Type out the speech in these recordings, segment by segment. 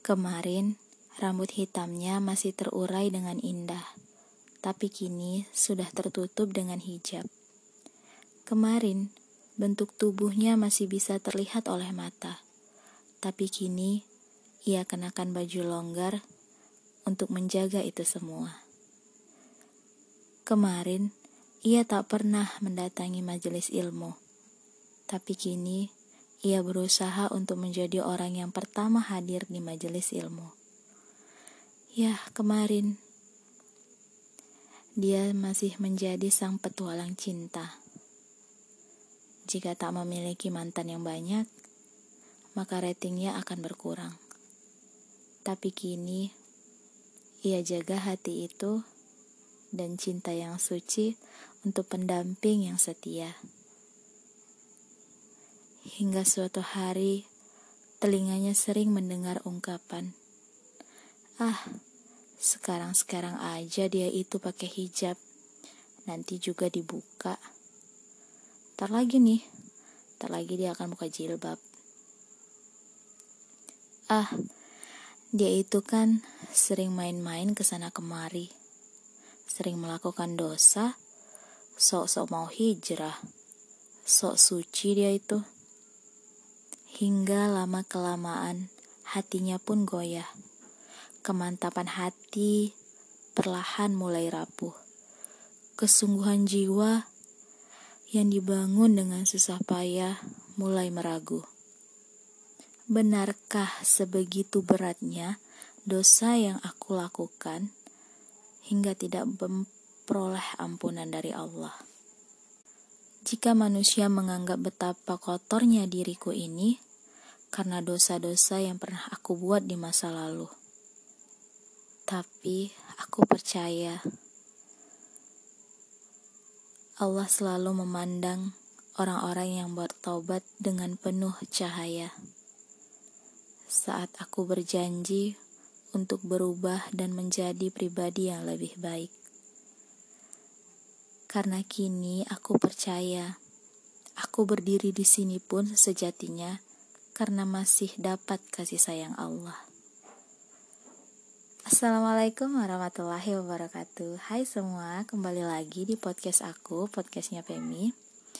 Kemarin, rambut hitamnya masih terurai dengan indah, tapi kini sudah tertutup dengan hijab. Kemarin, bentuk tubuhnya masih bisa terlihat oleh mata, tapi kini ia kenakan baju longgar untuk menjaga itu semua. Kemarin, ia tak pernah mendatangi majelis ilmu, tapi kini ia berusaha untuk menjadi orang yang pertama hadir di majelis ilmu. Ya, kemarin dia masih menjadi sang petualang cinta. Jika tak memiliki mantan yang banyak, maka ratingnya akan berkurang. Tapi kini ia jaga hati itu dan cinta yang suci untuk pendamping yang setia. Hingga suatu hari, telinganya sering mendengar ungkapan, sekarang-sekarang aja dia itu pakai hijab, nanti juga dibuka. Ntar lagi dia akan buka jilbab. Dia itu kan sering main-main kesana kemari, sering melakukan dosa, sok-sok mau hijrah, sok suci dia itu. Hingga lama-kelamaan hatinya pun goyah. Kemantapan hati perlahan mulai rapuh. Kesungguhan jiwa yang dibangun dengan susah payah mulai meragu. Benarkah sebegitu beratnya dosa yang aku lakukan hingga tidak memperoleh ampunan dari Allah? Jika manusia menganggap betapa kotornya diriku ini karena dosa-dosa yang pernah aku buat di masa lalu. Tapi aku percaya Allah selalu memandang orang-orang yang bertobat dengan penuh cahaya. Saat aku berjanji untuk berubah dan menjadi pribadi yang lebih baik. Karena kini aku percaya, aku berdiri di sini pun sejatinya karena masih dapat kasih sayang Allah. Assalamualaikum warahmatullahi wabarakatuh. Hai semua, kembali lagi di podcast aku, podcastnya Pemi.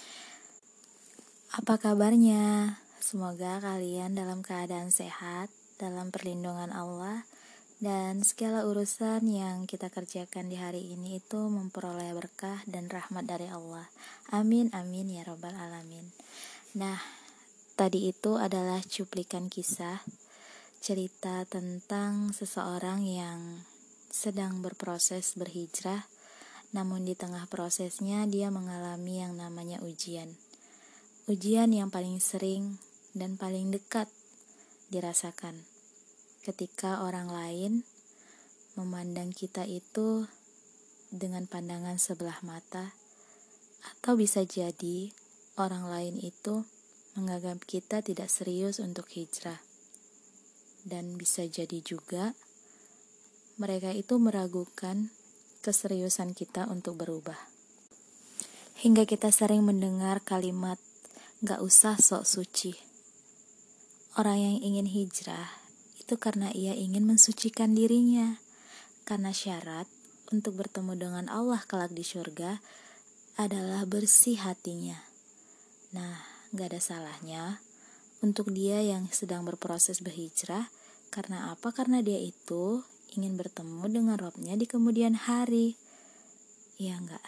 Apa kabarnya? Semoga kalian dalam keadaan sehat, dalam perlindungan Allah, dan segala urusan yang kita kerjakan di hari ini itu memperoleh berkah dan rahmat dari Allah. Amin, amin ya rabbal alamin. Nah, tadi itu adalah cuplikan kisah cerita tentang seseorang yang sedang berproses berhijrah, namun di tengah prosesnya dia mengalami yang namanya ujian. Ujian yang paling sering dan paling dekat dirasakan ketika orang lain memandang kita itu dengan pandangan sebelah mata, atau bisa jadi orang lain itu menganggap kita tidak serius untuk hijrah. Dan bisa jadi juga mereka itu meragukan keseriusan kita untuk berubah. Hingga kita sering mendengar kalimat, gak usah sok suci. Orang yang ingin hijrah itu karena ia ingin mensucikan dirinya. Karena syarat untuk bertemu dengan Allah kelak di surga adalah bersih hatinya. Nah, gak ada salahnya untuk dia yang sedang berproses berhijrah. Karena apa? Karena dia itu ingin bertemu dengan Robnya di kemudian hari. Ya enggak?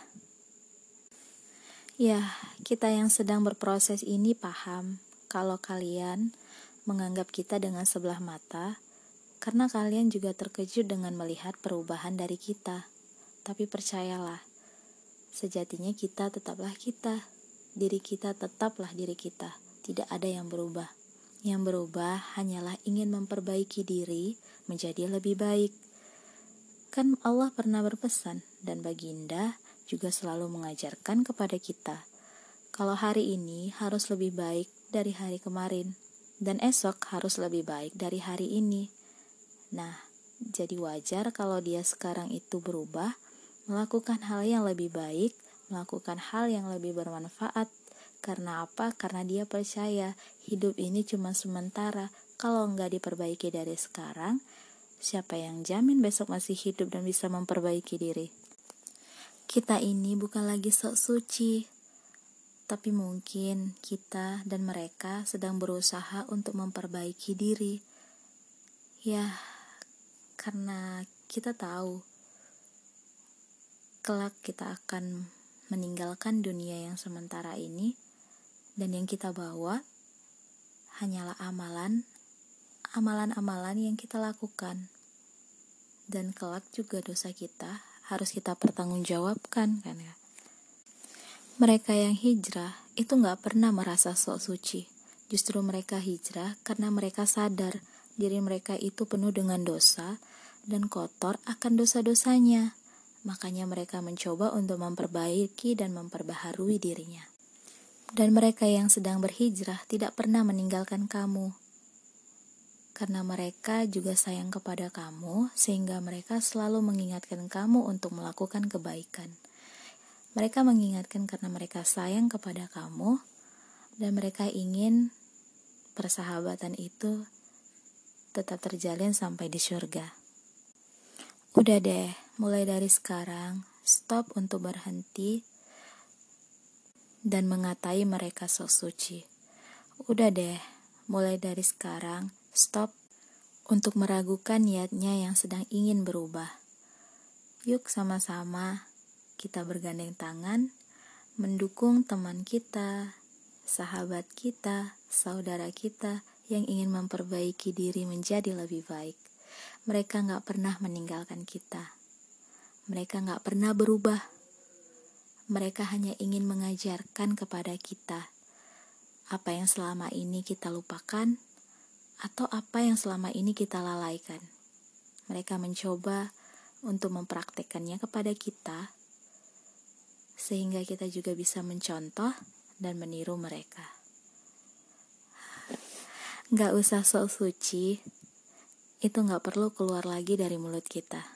Ya, kita yang sedang berproses ini paham kalau kalian menganggap kita dengan sebelah mata, karena kalian juga terkejut dengan melihat perubahan dari kita. Tapi percayalah, sejatinya kita tetaplah kita. Diri kita tetaplah diri kita. Tidak ada yang berubah. Yang berubah hanyalah ingin memperbaiki diri menjadi lebih baik. Kan Allah pernah berpesan, dan baginda juga selalu mengajarkan kepada kita, kalau hari ini harus lebih baik dari hari kemarin, dan esok harus lebih baik dari hari ini. Nah, jadi wajar kalau dia sekarang itu berubah, melakukan hal yang lebih baik, melakukan hal yang lebih bermanfaat. Karena apa? Karena dia percaya hidup ini cuma sementara, Kalau nggak diperbaiki dari sekarang, siapa yang jamin besok masih hidup dan bisa memperbaiki diri? Kita ini bukan lagi sok suci, tapi mungkin kita dan mereka sedang berusaha untuk memperbaiki diri. Ya, karena kita tahu kelak kita akan meninggalkan dunia yang sementara ini, dan yang kita bawa hanyalah amalan-amalan yang kita lakukan. Dan kelak juga dosa kita harus kita pertanggungjawabkan, kan ya. Mereka yang hijrah itu gak pernah merasa sok suci. Justru mereka hijrah karena mereka sadar diri mereka itu penuh dengan dosa dan kotor akan dosa-dosanya. Makanya mereka mencoba untuk memperbaiki dan memperbaharui dirinya. Dan mereka yang sedang berhijrah tidak pernah meninggalkan kamu. Karena mereka juga sayang kepada kamu, sehingga mereka selalu mengingatkan kamu untuk melakukan kebaikan. Mereka mengingatkan karena mereka sayang kepada kamu, dan mereka ingin persahabatan itu tetap terjalin sampai di surga. Udah deh, mulai dari sekarang, stop untuk berhenti dan mengatai mereka sok suci. Udah deh, mulai dari sekarang, stop untuk meragukan niatnya yang sedang ingin berubah. Yuk sama-sama kita bergandeng tangan, mendukung teman kita, sahabat kita, saudara kita yang ingin memperbaiki diri menjadi lebih baik. Mereka gak pernah meninggalkan kita. Mereka gak pernah berubah. Mereka hanya ingin mengajarkan kepada kita apa yang selama ini kita lupakan atau apa yang selama ini kita lalaikan. Mereka mencoba untuk mempraktekkannya kepada kita, sehingga kita juga bisa mencontoh dan meniru mereka. Gak usah sok suci, itu gak perlu keluar lagi dari mulut kita.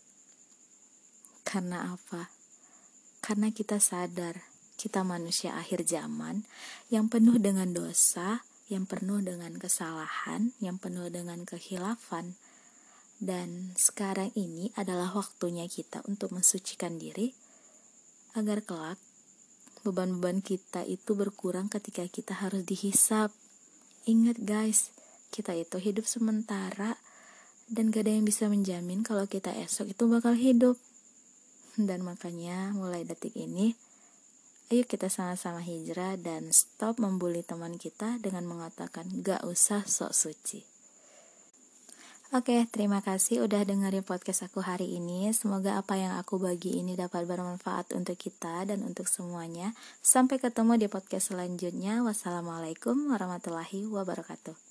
Karena apa? Karena kita sadar, kita manusia akhir zaman yang penuh dengan dosa, yang penuh dengan kesalahan, yang penuh dengan kehilafan. Dan sekarang ini adalah waktunya kita untuk mensucikan diri, agar kelak beban-beban kita itu berkurang ketika kita harus dihisap. Ingat guys, kita itu hidup sementara dan gak ada yang bisa menjamin kalau kita esok itu bakal hidup. Dan makanya mulai detik ini, ayo kita sama-sama hijrah dan stop membuli teman kita dengan mengatakan gak usah sok suci. Oke, terima kasih udah dengerin podcast aku hari ini. Semoga apa yang aku bagi ini dapat bermanfaat untuk kita dan untuk semuanya. Sampai ketemu di podcast selanjutnya. Wassalamualaikum warahmatullahi wabarakatuh.